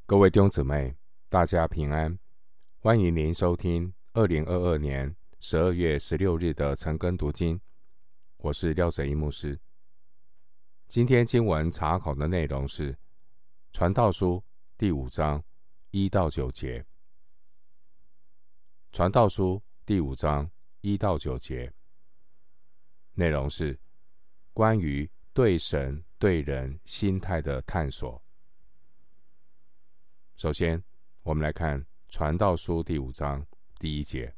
各位弟兄姊妹，大家平安，欢迎您收听2022年12月16日的晨更读经。我是廖哲一牧师。今天经文查考的内容是传道书第5章1到9节。传道书第5章1到9节，内容是关于对神对人心态的探索。首先，我们来看传道书第5章第1节。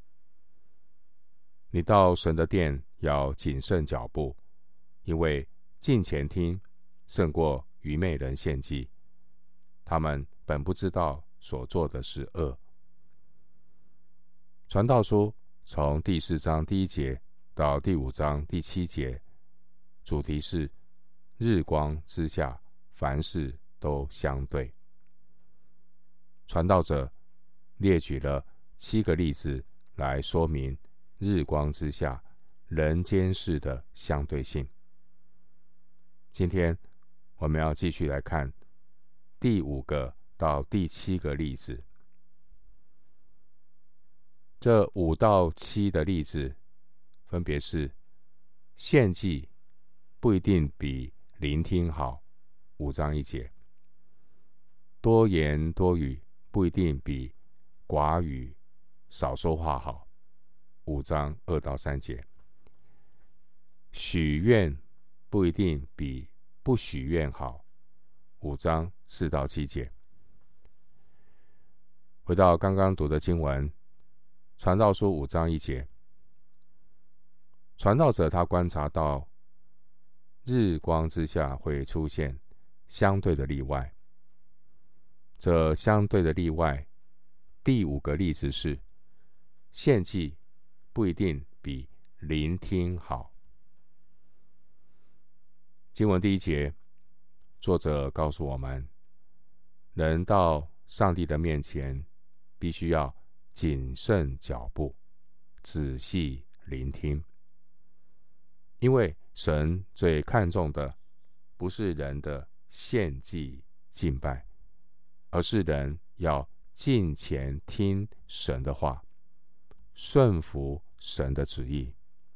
你到神的殿要谨慎脚步，因为近前听胜过愚昧人献祭，他们本不知道所做的是恶。传道书从第4章第1节到第5章第7节，主题是日光之下凡事都相对。传道者列举了7个例子来说明日光之下人间事的相对性。今天我们要继续来看第5个到第7个例子。这5到7的例子分别是：献祭不一定比聆听好，5章1节；多言多语不一定比寡语少说话好，5章2到3节；许愿不一定比不许愿好，5章4到7节。回到刚刚读的经文，传道书5章1节，传道者他观察到日光之下会出现相对的例外。这相对的例外，第5个例子是献祭不一定比聆听好。经文第1节，作者告诉我们，人到上帝的面前必须要谨慎脚步，仔细聆听，因为神最看重的不是人的献祭敬拜，而是人要敬虔听神的话，顺服神的旨意。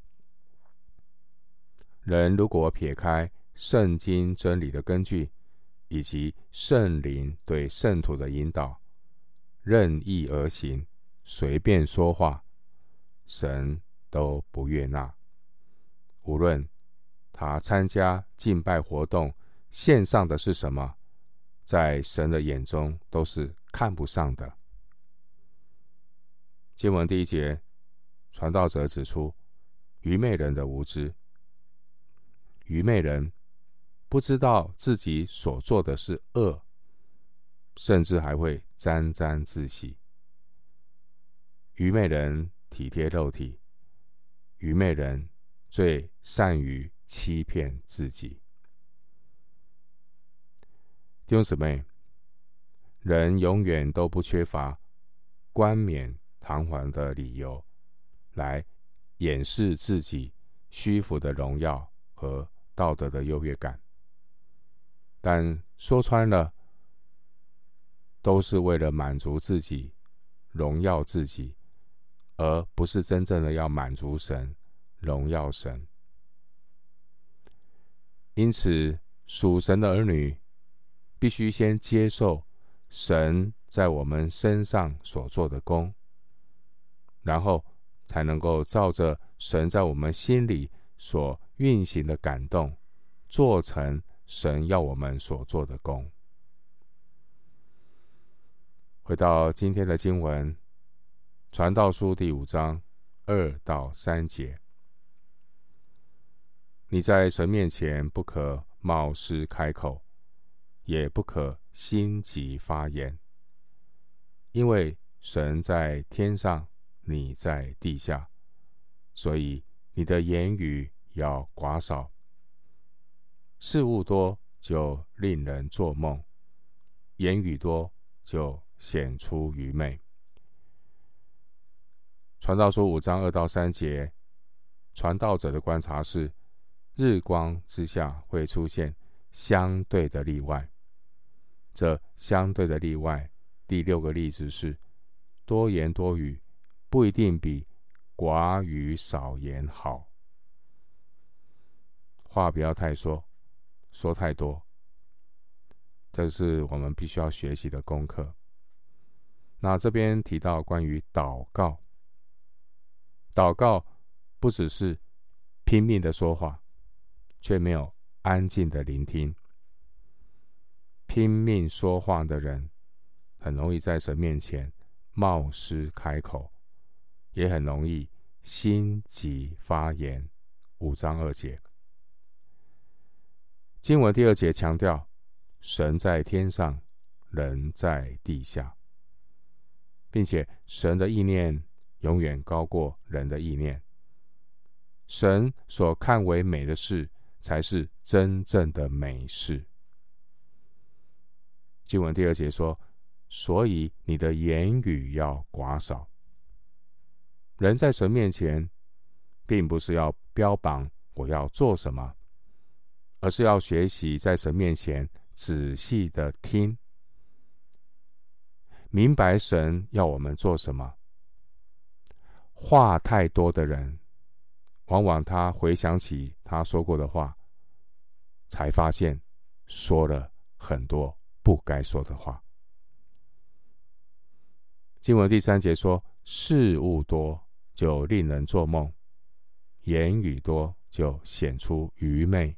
人如果撇开圣经真理的根据，以及圣灵对圣徒的引导，任意而行，随便说话，神都不悦纳。无论他参加敬拜活动献上的是什么，在神的眼中都是看不上的。经文第1节，传道者指出愚昧人的无知。愚昧人不知道自己所做的是恶，甚至还会沾沾自喜。愚昧人体贴肉体，愚昧人最善于欺骗自己。弟兄姊妹，人永远都不缺乏冠冕堂皇的理由来掩饰自己虚浮的荣耀和道德的优越感，但说穿了，都是为了满足自己、荣耀自己，而不是真正的要满足神、荣耀神。因此，属神的儿女必须先接受神在我们身上所做的工，然后才能够照着神在我们心里所运行的感动，做成神要我们所做的工。回到今天的经文，传道书第5章2到3节，你在神面前不可冒失开口，也不可心急发言，因为神在天上，你在地下，所以你的言语要寡少。事物多就令人做梦，言语多就显出愚昧。传道书5章2到3节，传道者的观察是，日光之下会出现相对的例外。 这相对的例外，第6个例子是多言多语不一定比寡语少言好。话不要太说，说太多，这是我们必须要学习的功课。那这边提到关于祷告，祷告不只是拼命的说话，却没有安静的聆听。拼命说话的人，很容易在神面前冒失开口，也很容易心急发言。5章2节，经文第2节强调，神在天上，人在地下，并且神的意念永远高过人的意念。神所看为美的事，才是真正的美事。经文第2节说，所以你的言语要寡少。人在神面前，并不是要标榜我要做什么，而是要学习在神面前仔细的听，明白神要我们做什么。话太多的人，往往他回想起他说过的话，才发现说了很多不该说的话。经文第3节说，事物多就令人做梦，言语多就显出愚昧。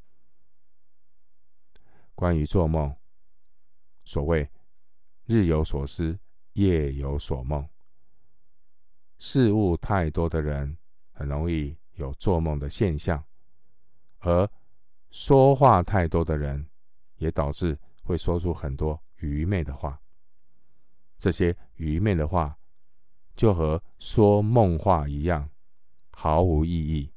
关于做梦，所谓日有所思，夜有所梦。事物太多的人，很容易有做梦的现象，而说话太多的人，也导致会说出很多愚昧的话。这些愚昧的话，就和说梦话一样，毫无意义。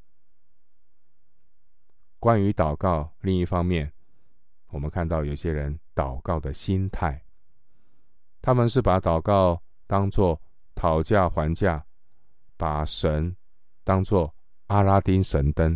关于祷告，另一方面，我们看到有些人祷告的心态，他们是把祷告当作讨价还价，把神当作阿拉丁神灯。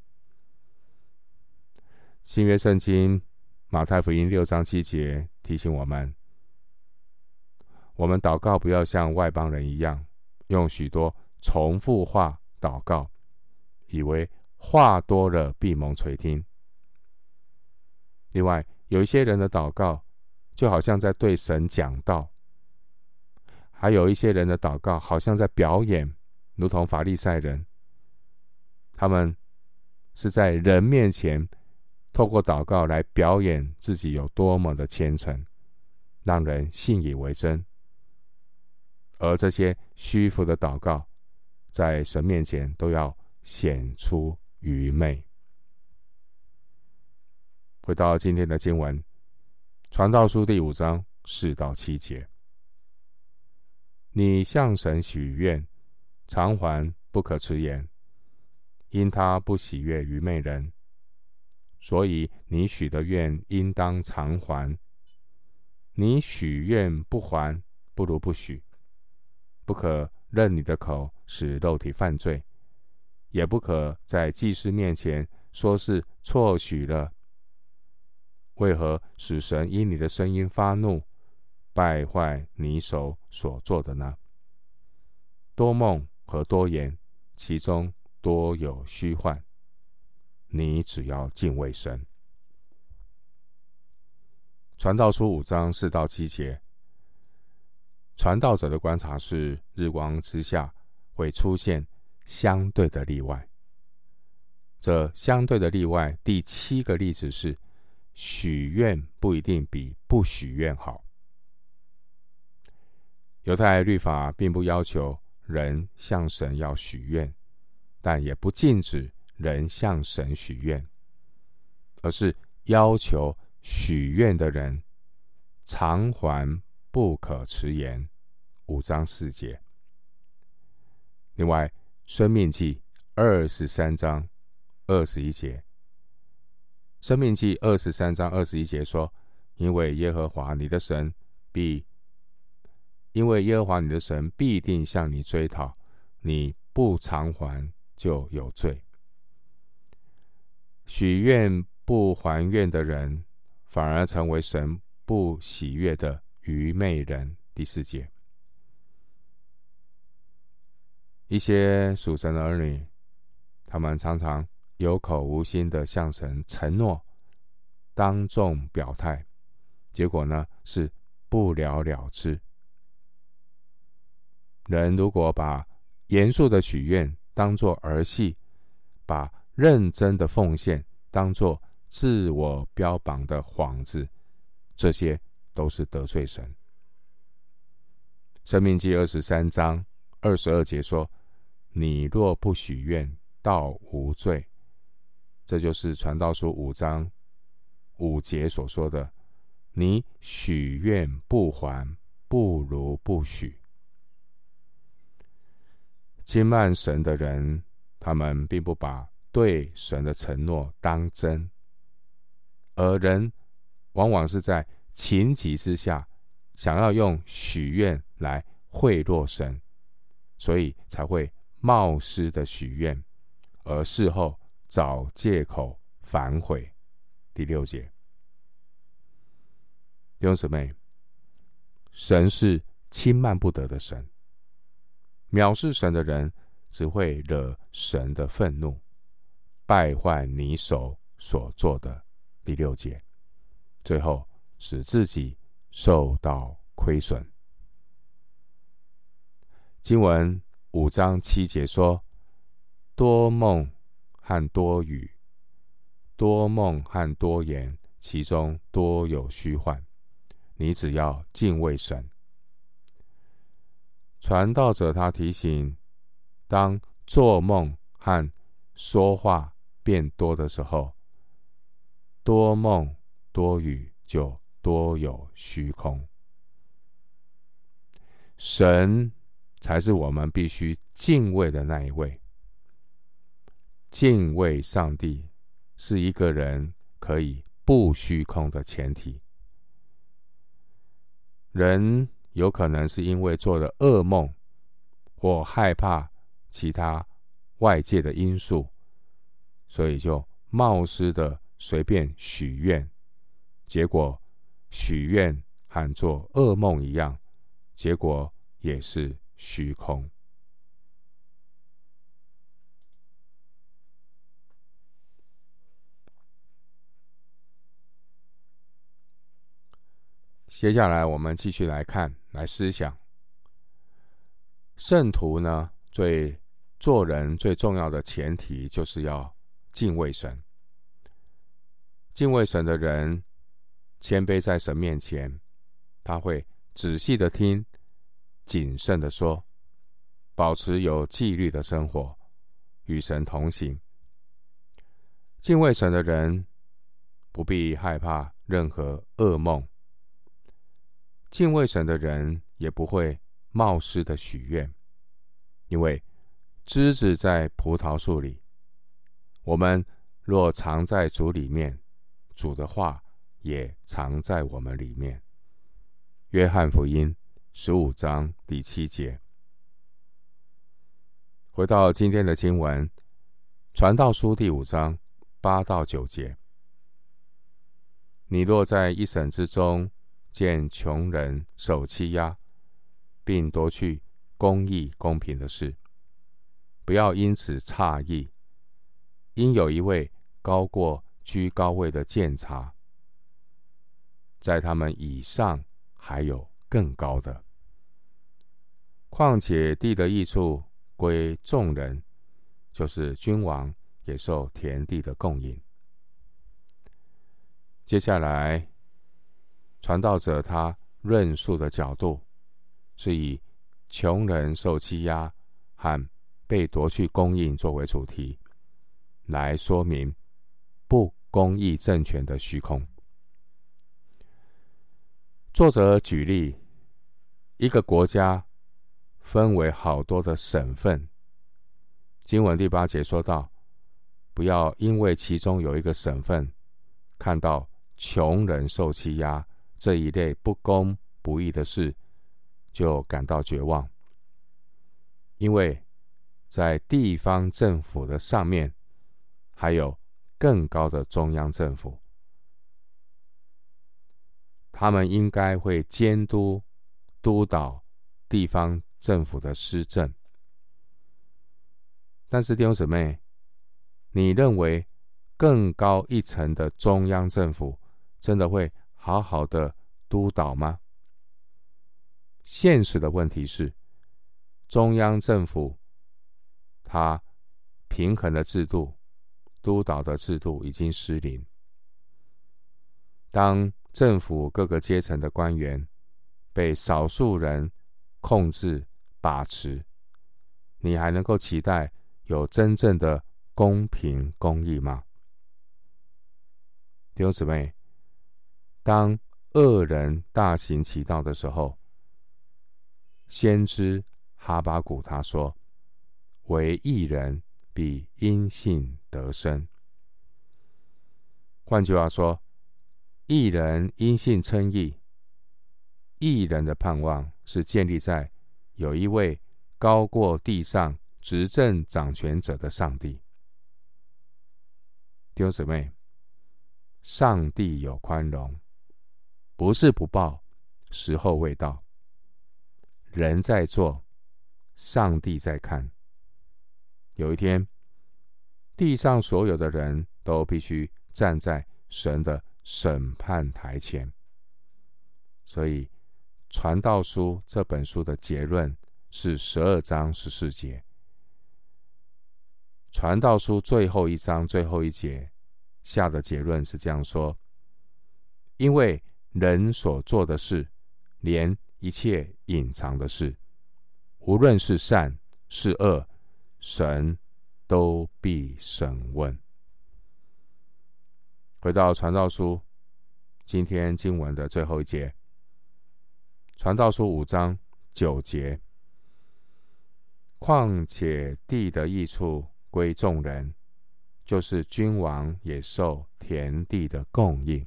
新约圣经马太福音6章7节提醒我们，我们祷告不要像外邦人一样，用许多重复话祷告，以为话多了必蒙垂听。另外，有一些人的祷告就好像在对神讲道，还有一些人的祷告好像在表演，如同法利赛人，他们是在人面前透过祷告来表演自己有多么的虔诚，让人信以为真。而这些虚浮的祷告，在神面前都要显出愚昧。回到今天的经文，传道书第5章4到7节，你向神许愿，偿还不可迟延，因他不喜悦愚昧人，所以你许的愿应当偿还。你许愿不还，不如不许。不可任你的口使肉体犯罪，也不可在祭司面前说是错许了。为何使神因你的声音发怒，败坏你手所做的呢？多梦和多言，其中多有虚幻。你只要敬畏神。传道书5章4到7节，传道者的观察是，日光之下会出现相对的例外。这相对的例外，第7个例子是，许愿不一定比不许愿好。犹太律法并不要求人向神要许愿，但也不禁止人向神许愿，而是要求许愿的人偿还不可迟延。5章4节。另外，申命记23章21节，申命记23章21节说，因为耶和华你的神必定向你追讨，你不偿还就有罪。许愿不还愿的人， 反而成为神不喜悦的愚昧人。第4节，一些属神的儿女，他们常常有口无心的向神承诺，当众表态，结果呢是不了了之。人如果把严肃的许愿当作儿戏，把认真的奉献当作自我标榜的幌子，这些都是得罪神。申命记23章22节说，你若不许愿，倒无罪。这就是传道书5章5节所说的，你许愿不还，不如不许。轻慢神的人，他们并不把对神的承诺当真，而人往往是在情急之下，想要用许愿来贿赂神，所以才会冒失的许愿，而事后找借口反悔。第6节，弟兄姊妹，神是轻慢不得的神，藐视神的人只会惹神的愤怒，败坏你手所做的。第6节，最后使自己受到亏损。经文5章7节说，多梦和多语，多梦和多言，其中多有虚幻，你只要敬畏神。传道者他提醒，当做梦和说话变多的时候，多梦多语就多有虚空。神才是我们必须敬畏的那一位。敬畏上帝是一个人可以不虚空的前提。人有可能是因为做了噩梦，或害怕其他外界的因素，所以就冒失的随便许愿，结果许愿和做噩梦一样，结果也是虚空。接下来我们继续来看，来思想圣徒呢，做人最重要的前提就是要敬畏神。敬畏神的人谦卑在神面前，他会仔细的听，谨慎的说，保持有纪律的生活，与神同行。敬畏神的人不必害怕任何噩梦，敬畏神的人也不会冒失的许愿，因为枝子在葡萄树里，我们若藏在主里面，主的话也藏在我们里面。约翰福音15章第7节。回到今天的经文，传道书第5章8到9节。你若在一省之中见穷人受欺压，并夺去公义公平的事，不要因此诧异，因有一位高过居高位的监察，在他们以上还有更高的。况且地的益处归众人，就是君王也受田地的供应。接下来传道者他论述的角度是以穷人受欺压和被夺去供应作为主题，来说明不公义政权的虚空。作者举例，一个国家分为好多的省份，经文第8节说到，不要因为其中有一个省份看到穷人受欺压这一类不公不义的事，就感到绝望。因为在地方政府的上面，还有更高的中央政府。 他们应该会监督、督导地方政府的施政。但是弟兄姊妹，你认为更高一层的中央政府真的会好好的督导吗？现实的问题是，中央政府它平衡的制度、督导的制度已经失灵。当政府各个阶层的官员被少数人控制把持，你还能够期待有真正的公平公义吗？弟兄姊妹，当恶人大行其道的时候，先知哈巴谷他说，唯义人必因信得生。换句话说，义人因信称义，义人的盼望是建立在有一位高过地上执政掌权者的上帝。弟兄姊妹，上帝有宽容，不是不报，时候未到。人在做，上帝在看。有一天，地上所有的人都必须站在神的审判台前。所以传道书这本书的结论是12章14节。传道书最后一章最后一节下的结论是这样说：因为人所做的事，连一切隐藏的事，无论是善是恶，神都必审问。回到传道书今天经文的最后一节，传道书5章9节，况且地的益处归众人，就是君王也受田地的供应。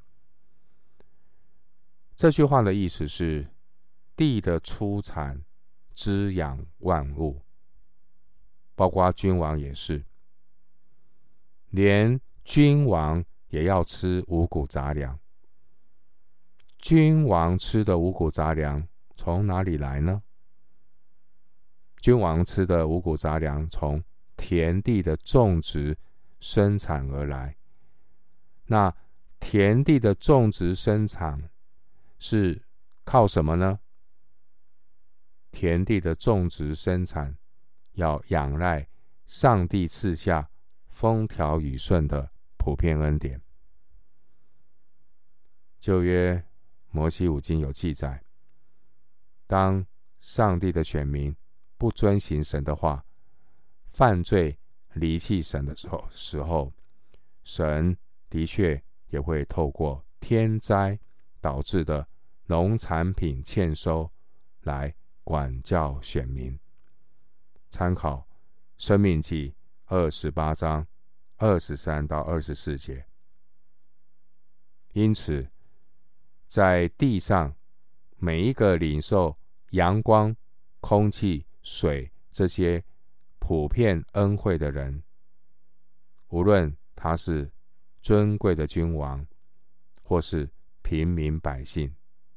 这句话的意思是，地的出产滋养万物，包括君王也是，连君王也要吃五谷杂粮。君王吃的五谷杂粮从哪里来呢？君王吃的五谷杂粮从田地的种植生产而来。那田地的种植生产是靠什么呢？田地的种植生产要仰赖上帝赐下风调雨顺的普遍恩典。旧约摩西五经有记载，当上帝的选民不遵行神的话，犯罪离弃神的时候，神的确也会透过天灾导致的农产品欠收来管教选民。参考申命记28章23到24节。因此在地上每一个领受阳光、空气、水这些普遍恩惠的人，无论他是尊贵的君王或是平民百姓，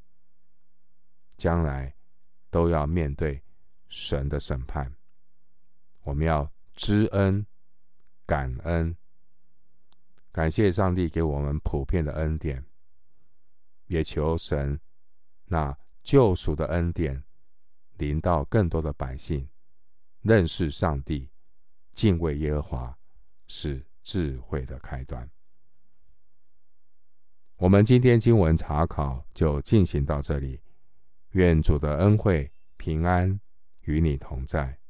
将来都要面对神的审判。我们要知恩感恩，感谢上帝给我们普遍的恩典，也求神那救赎的恩典临到更多的百姓，认识上帝，敬畏耶和华是智慧的开端。我们今天经文查考就进行到这里，愿主的恩惠平安与你同在。